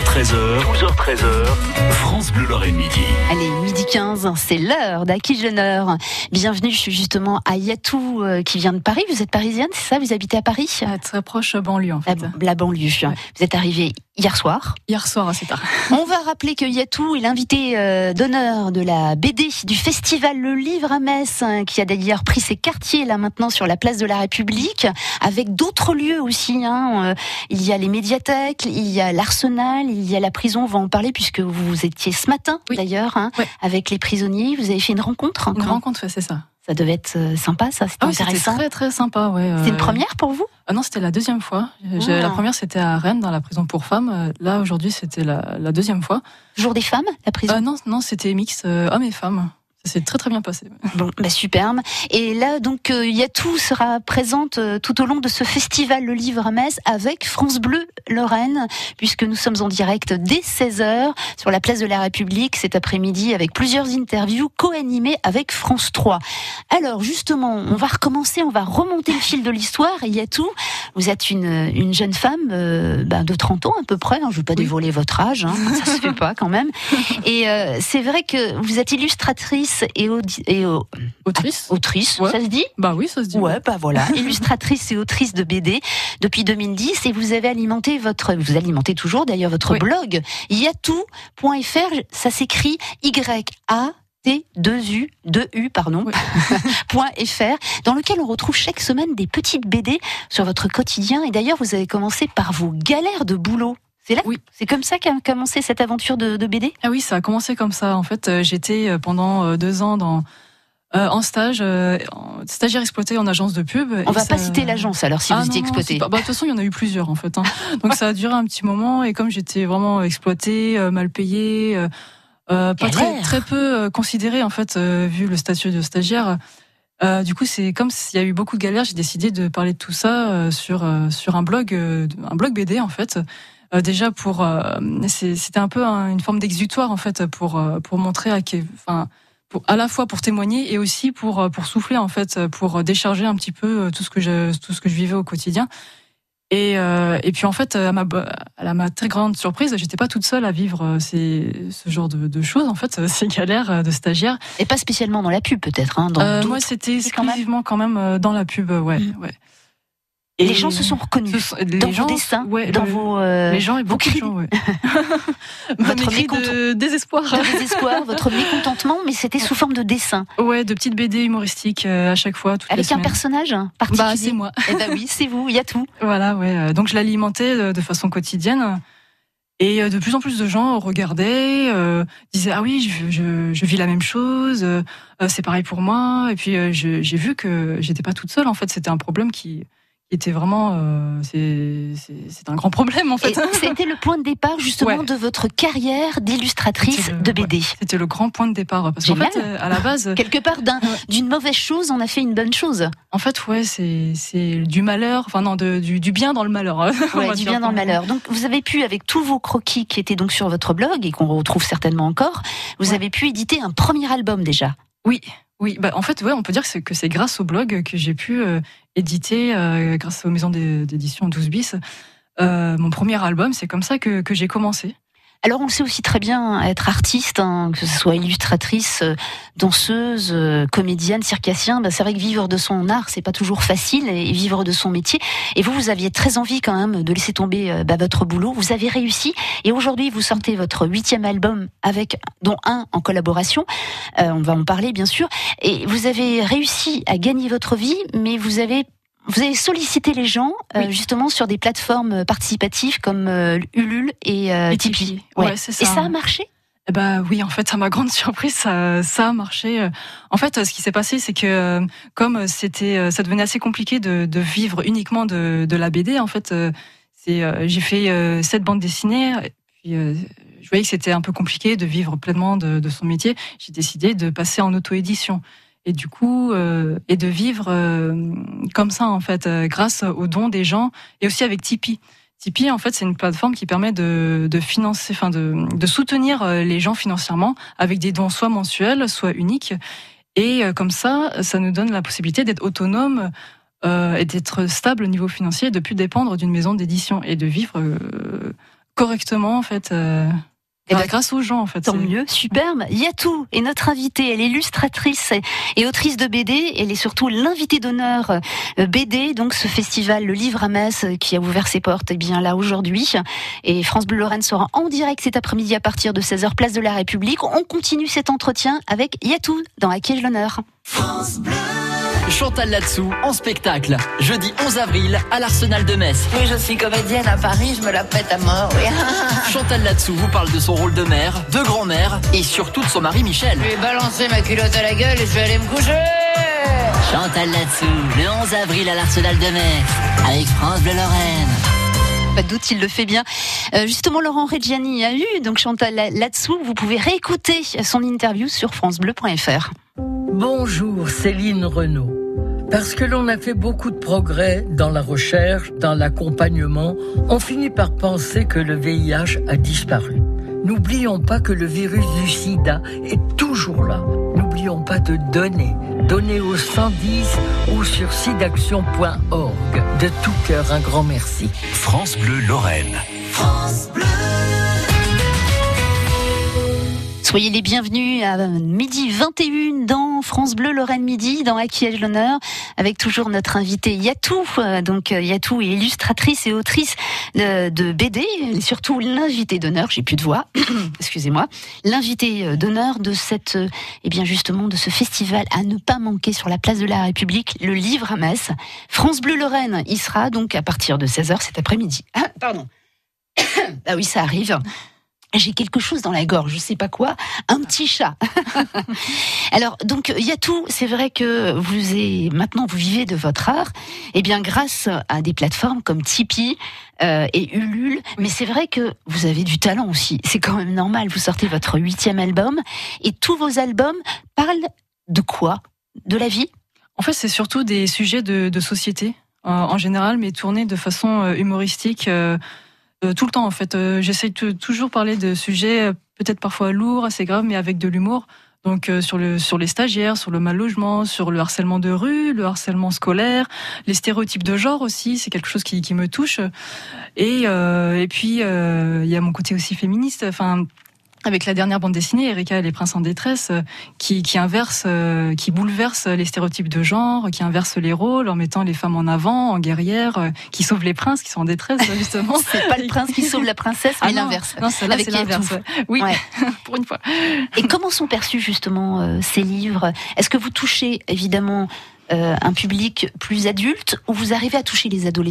12h13h, 12h13h, France Bleu Lorraine Midi. Allez, midi 15, c'est l'heure d'Aki-Jeuneur. Bienvenue, je suis justement à Yatou qui vient de Paris. Vous êtes parisienne, c'est ça? Vous habitez à Paris? Très proche banlieue en fait. La banlieue. Ouais. Vous êtes arrivée hier soir. Hier soir assez tard. On va rappeler que Yatou est l'invité d'honneur de la BD du festival Le Livre à Metz, qui a d'ailleurs pris ses quartiers là maintenant sur la place de la République, avec d'autres lieux aussi. Il y a les médiathèques, il y a l'Arsenal, il y a la prison. On va en parler puisque vous étiez ce matin d'ailleurs avec les prisonniers. Vous avez fait une rencontre. Une rencontre, c'est ça. Ça devait être sympa, ça. C'était intéressant. C'était très très sympa, ouais. C'est une première pour vous? Non, c'était la deuxième fois. La première, c'était à Rennes, dans la prison pour femmes. Là, aujourd'hui, c'était la deuxième fois. Jour des femmes, la prison? Non, c'était mix hommes et femmes. Ça s'est très très bien passé. Bon, superbe. Et là, donc, Yatou sera présente tout au long de ce festival Le Livre à Metz avec France Bleu Lorraine, puisque nous sommes en direct dès 16h sur la place de la République cet après-midi avec plusieurs interviews co-animées avec France 3. Alors, justement, on va recommencer, on va remonter le fil de l'histoire. Et Yatou, vous êtes une jeune femme de 30 ans à peu près. Je ne veux pas dévoiler votre âge, ça se fait pas quand même. Et c'est vrai que vous êtes illustratrice et autrice, ouais. Ça se dit? Bah oui, ça se dit. Ouais, voilà. Illustratrice et autrice de BD depuis 2010, et vous alimentez toujours d'ailleurs votre blog yatou.fr. Ça s'écrit YAT2U, .fr, dans lequel on retrouve chaque semaine des petites BD sur votre quotidien. Et d'ailleurs, vous avez commencé par vos galères de boulot. C'est comme ça qu'a commencé cette aventure de BD? Ah oui, ça a commencé comme ça. En fait, j'étais pendant 2 ans en stage, stagiaire exploité en agence de pub. On va pas citer l'agence alors si vous étiez exploité. De toute façon, il y en a eu plusieurs en fait. Donc ça a duré un petit moment, et comme j'étais vraiment exploité, mal payé, pas très peu considéré en fait, vu le statut de stagiaire. Du coup, c'est comme s'il y a eu beaucoup de galères. J'ai décidé de parler de tout ça sur un blog BD en fait. Déjà c'était un peu une forme d'exutoire en fait pour montrer à la fois pour témoigner et aussi pour souffler en fait, pour décharger un petit peu tout ce que je vivais au quotidien. Et puis en fait, à ma très grande surprise, j'étais pas toute seule à vivre ce genre de choses en fait, ces galères de stagiaire. Et pas spécialement dans la pub peut-être. Moi, c'était exclusivement quand même dans la pub, ouais. Et les gens se sont reconnus dans vos dessins, dans vos... Les gens et beaucoup de gens, votre désespoir. Votre mécontentement, mais c'était sous forme de dessin. Ouais, de petites BD humoristiques à chaque fois, toutes les semaines. Avec un personnage particulier. C'est moi. Oui, c'est vous, il y a tout. Voilà, ouais. Donc je l'alimentais de façon quotidienne. Et de plus en plus de gens regardaient, disaient ah oui, je vis la même chose, c'est pareil pour moi. Et puis j'ai vu que j'étais pas toute seule. En fait, c'était un problème qui était vraiment, c'est un grand problème en fait. Et c'était le point de départ justement de votre carrière d'illustratrice de BD. Ouais, c'était le grand point de départ, parce qu'en fait, à la base, quelque part d'une mauvaise chose, on a fait une bonne chose. En fait, c'est du malheur, du bien dans le malheur. Du bien dans le malheur. Donc, vous avez pu, avec tous vos croquis qui étaient donc sur votre blog et qu'on retrouve certainement encore, vous avez pu éditer un premier album déjà. Oui, en fait, on peut dire que c'est grâce au blog que j'ai pu éditer, grâce aux maisons d'édition 12 bis, mon premier album. C'est comme ça que j'ai commencé. Alors, on sait aussi très bien être artiste, que ce soit illustratrice, danseuse, comédienne, circassien. C'est vrai que vivre de son art, c'est pas toujours facile, et vivre de son métier. Et vous aviez très envie quand même de laisser tomber votre boulot. Vous avez réussi, et aujourd'hui, vous sortez votre 8e album dont un en collaboration. On va en parler, bien sûr. Et vous avez réussi à gagner votre vie, mais vous avez sollicité les gens justement sur des plateformes participatives comme Ulule et Tipeee. Ouais, c'est ça. Et ça a marché? Oui, en fait, à ma grande surprise, ça a marché. En fait, ce qui s'est passé, c'est que comme ça devenait assez compliqué de vivre uniquement de la BD. En fait, j'ai fait 7 bandes dessinées. Et puis, je voyais que c'était un peu compliqué de vivre pleinement de son métier. J'ai décidé de passer en auto-édition. Et du coup, et de vivre comme ça, en fait, grâce aux dons des gens, et aussi avec Tipeee. Tipeee, en fait, c'est une plateforme qui permet de financer, de soutenir les gens financièrement avec des dons soit mensuels, soit uniques. Et comme ça nous donne la possibilité d'être autonome et d'être stable au niveau financier, de plus dépendre d'une maison d'édition et de vivre correctement en fait. Grâce aux gens, en fait. Tant mieux, superbe. Yatou est notre invitée. Elle est illustratrice et autrice de BD. Elle est surtout l'invitée d'honneur BD. Donc, ce festival, le Livre à Metz, qui a ouvert ses portes, bien là aujourd'hui. Et France Bleu Lorraine sera en direct cet après-midi à partir de 16h, place de la République. On continue cet entretien avec Yatou dans À qui ai-je l'honneur. France Bleu. Chantal Latsou en spectacle, jeudi 11 avril à l'Arsenal de Metz. Oui, je suis comédienne à Paris, je me la pète à mort, oui. Chantal Latsou vous parle de son rôle de mère, de grand-mère et surtout de son mari Michel. Je vais balancer ma culotte à la gueule et je vais aller me coucher. Chantal Latsou, le 11 avril à l'Arsenal de Metz, avec France Bleu Lorraine. Pas de doute, il le fait bien. Justement, Laurent Reggiani a eu donc Chantal Latsou. Vous pouvez réécouter son interview sur francebleu.fr. Bonjour, Céline Renaud. Parce que l'on a fait beaucoup de progrès dans la recherche, dans l'accompagnement, on finit par penser que le VIH a disparu. N'oublions pas que le virus du sida est toujours là. N'oublions pas de donner. Donnez au 110 ou sur sidaction.org. De tout cœur, un grand merci. France Bleu Lorraine. France Bleu. Soyez les bienvenus à midi 21 dans France Bleu Lorraine Midi, dans À qui ai-je l'honneur, avec toujours notre invitée Yatou. Donc Yatou est illustratrice et autrice de BD, et surtout l'invitée d'honneur, j'ai plus de voix, excusez-moi, l'invitée d'honneur de cette, justement, de ce festival à ne pas manquer sur la place de la République, le Livre à Metz. France Bleu Lorraine y sera donc à partir de 16h cet après-midi. Pardon. Ah oui, ça arrive. J'ai quelque chose dans la gorge, je sais pas quoi, un petit chat. Alors, donc, Yatou, c'est vrai que maintenant vous vivez de votre art, grâce à des plateformes comme Tipeee et Ulule, mais c'est vrai que vous avez du talent aussi. C'est quand même normal, vous sortez votre 8e album, et tous vos albums parlent de quoi ? De la vie ? En fait, c'est surtout des sujets de société, en général, mais tournés de façon humoristique, tout le temps en fait. J'essaye de toujours parler de sujets peut-être parfois lourds, assez graves, mais avec de l'humour. Donc sur les stagiaires, sur le mal logement, sur le harcèlement de rue, le harcèlement scolaire, les stéréotypes de genre aussi, c'est quelque chose qui me touche. Et puis il y a mon côté aussi féministe. Enfin, avec la dernière bande dessinée, Erika et les princes en détresse, qui bouleverse les stéréotypes de genre, qui inverse les rôles en mettant les femmes en avant, en guerrières, qui sauvent les princes qui sont en détresse, justement. C'est pas le prince qui sauve la princesse, mais l'inverse. Non, celle-là, avec c'est l'inverse. Oui, ouais. Pour une fois. Et comment sont perçus, justement, ces livres ? Est-ce que vous touchez, évidemment, un public plus adulte, ou vous arrivez à toucher les adolescents ?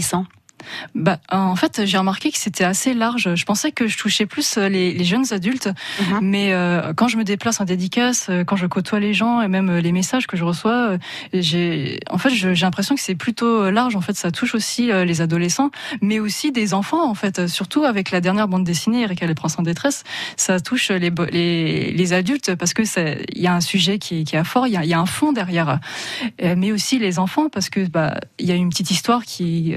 En fait, j'ai remarqué que c'était assez large. Je pensais que je touchais plus les jeunes adultes, mais quand je me déplace en dédicace, quand je côtoie les gens et même les messages que je reçois, j'ai l'impression que c'est plutôt large. En fait, ça touche aussi les adolescents, mais aussi des enfants. En fait, surtout avec la dernière bande dessinée, Erika et les princes en détresse, ça touche les adultes parce que il y a un sujet qui est fort, il y a un fond derrière, mais aussi les enfants parce que il y a une petite histoire qui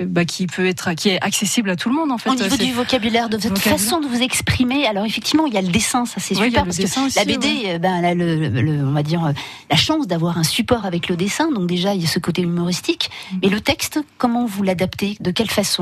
est accessible à tout le monde en fait. Au niveau du vocabulaire, de votre façon de vous exprimer, alors effectivement il y a le dessin, ça c'est super parce que la BD, elle a on va dire la chance d'avoir un support avec le dessin, donc déjà il y a ce côté humoristique. Mais le texte, comment vous l'adaptez ? De quelle façon ?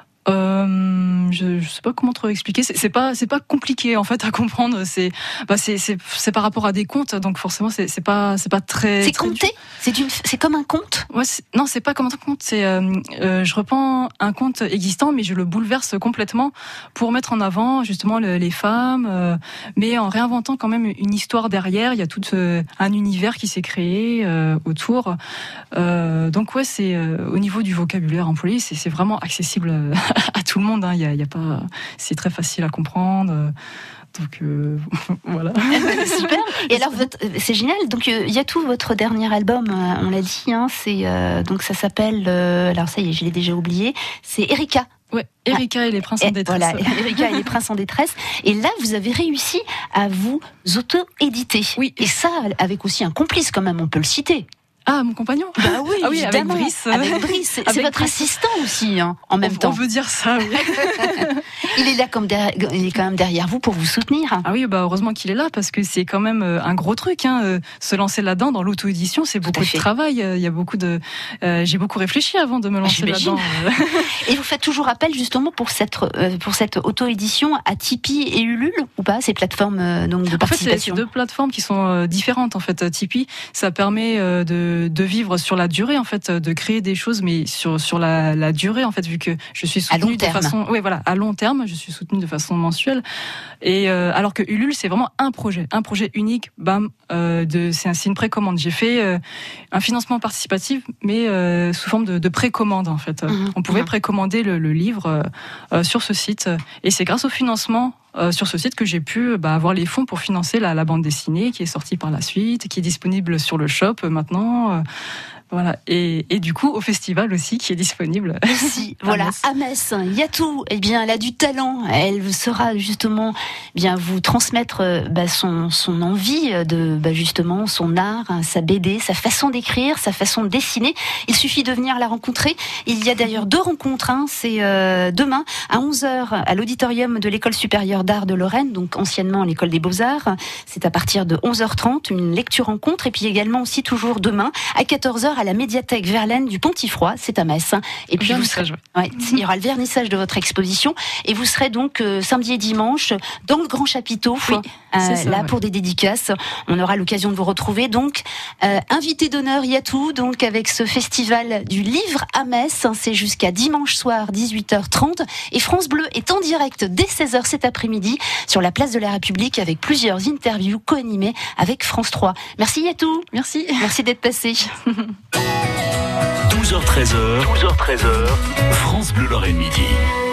Je sais pas comment trop expliquer. C'est pas compliqué en fait à comprendre. C'est par rapport à des contes, donc forcément c'est pas très. C'est compté. C'est comme un conte. Ouais. Non, c'est pas comme un conte. C'est je reprends un conte existant, mais je le bouleverse complètement pour mettre en avant justement les femmes, mais en réinventant quand même une histoire derrière. Il y a tout un univers qui s'est créé autour. Donc ouais, c'est au niveau du vocabulaire employé, c'est vraiment accessible à tout le monde, hein. Il y a pas, c'est très facile à comprendre. Donc voilà. Super. Et alors c'est génial. Donc Yatou, votre dernier album, on l'a dit, hein, c'est donc ça s'appelle. Alors ça y est, je l'ai déjà oublié. C'est Erika. Ouais, Erika et les princes en détresse. Voilà, Erika et les princes en détresse. Et là, vous avez réussi à vous auto-éditer. Oui. Et ça, avec aussi un complice quand même, on peut le citer. Ah, mon compagnon ? Bah oui, ah oui, évidemment. avec Brice. Avec Brice. C'est votre assistant aussi, hein, en même temps. On veut dire ça, oui. Il est est là il est quand même derrière vous pour vous soutenir. Ah oui, heureusement qu'il est là parce que c'est quand même un gros truc. Se lancer là-dedans dans l'auto-édition, c'est beaucoup de travail. Il y a beaucoup de. J'ai beaucoup réfléchi avant de me lancer là-dedans. Et vous faites toujours appel justement pour cette auto-édition à Tipeee et Ulule ou pas, ces plateformes donc de participation? En fait, c'est deux plateformes qui sont différentes. En fait, Tipeee, ça permet de vivre sur la durée, en fait, de créer des choses, mais sur la durée, en fait, vu que je suis soutenue de façon, à long terme, je suis soutenue de façon mensuelle. Et alors que Ulule, c'est vraiment un projet unique. Bam, c'est une précommande. J'ai fait un financement participatif, mais sous forme de précommande, en fait. On pouvait précommander le livre sur ce site, et c'est grâce au financement sur ce site que j'ai pu avoir les fonds pour financer la bande dessinée qui est sortie par la suite, qui est disponible sur le shop maintenant. Voilà, et du coup au festival aussi qui est disponible. Merci. Voilà, à Metz, Yatou, elle a du talent. Elle saura justement vous transmettre son envie de justement son art, sa BD, sa façon d'écrire, sa façon de dessiner. Il suffit de venir la rencontrer. Il y a d'ailleurs 2 rencontres. C'est demain à 11h à l'auditorium de l'École supérieure d'art de Lorraine, donc anciennement l'École des Beaux-Arts. C'est à partir de 11h30 une lecture rencontre, et puis également aussi toujours demain à 14h à la médiathèque Verlaine du Pontifroid, c'est à Metz. Et puis il y aura le vernissage de votre exposition, et vous serez donc samedi et dimanche dans le Grand Chapiteau, pour des dédicaces. On aura l'occasion de vous retrouver. Donc, invité d'honneur Yatou, donc avec ce festival du livre à Metz, c'est jusqu'à dimanche soir 18h30, et France Bleu est en direct dès 16h cet après-midi sur la place de la République avec plusieurs interviews co-animées avec France 3. Merci Yatou. Merci d'être passé. 12h-13h, France Bleu Lorraine Midi.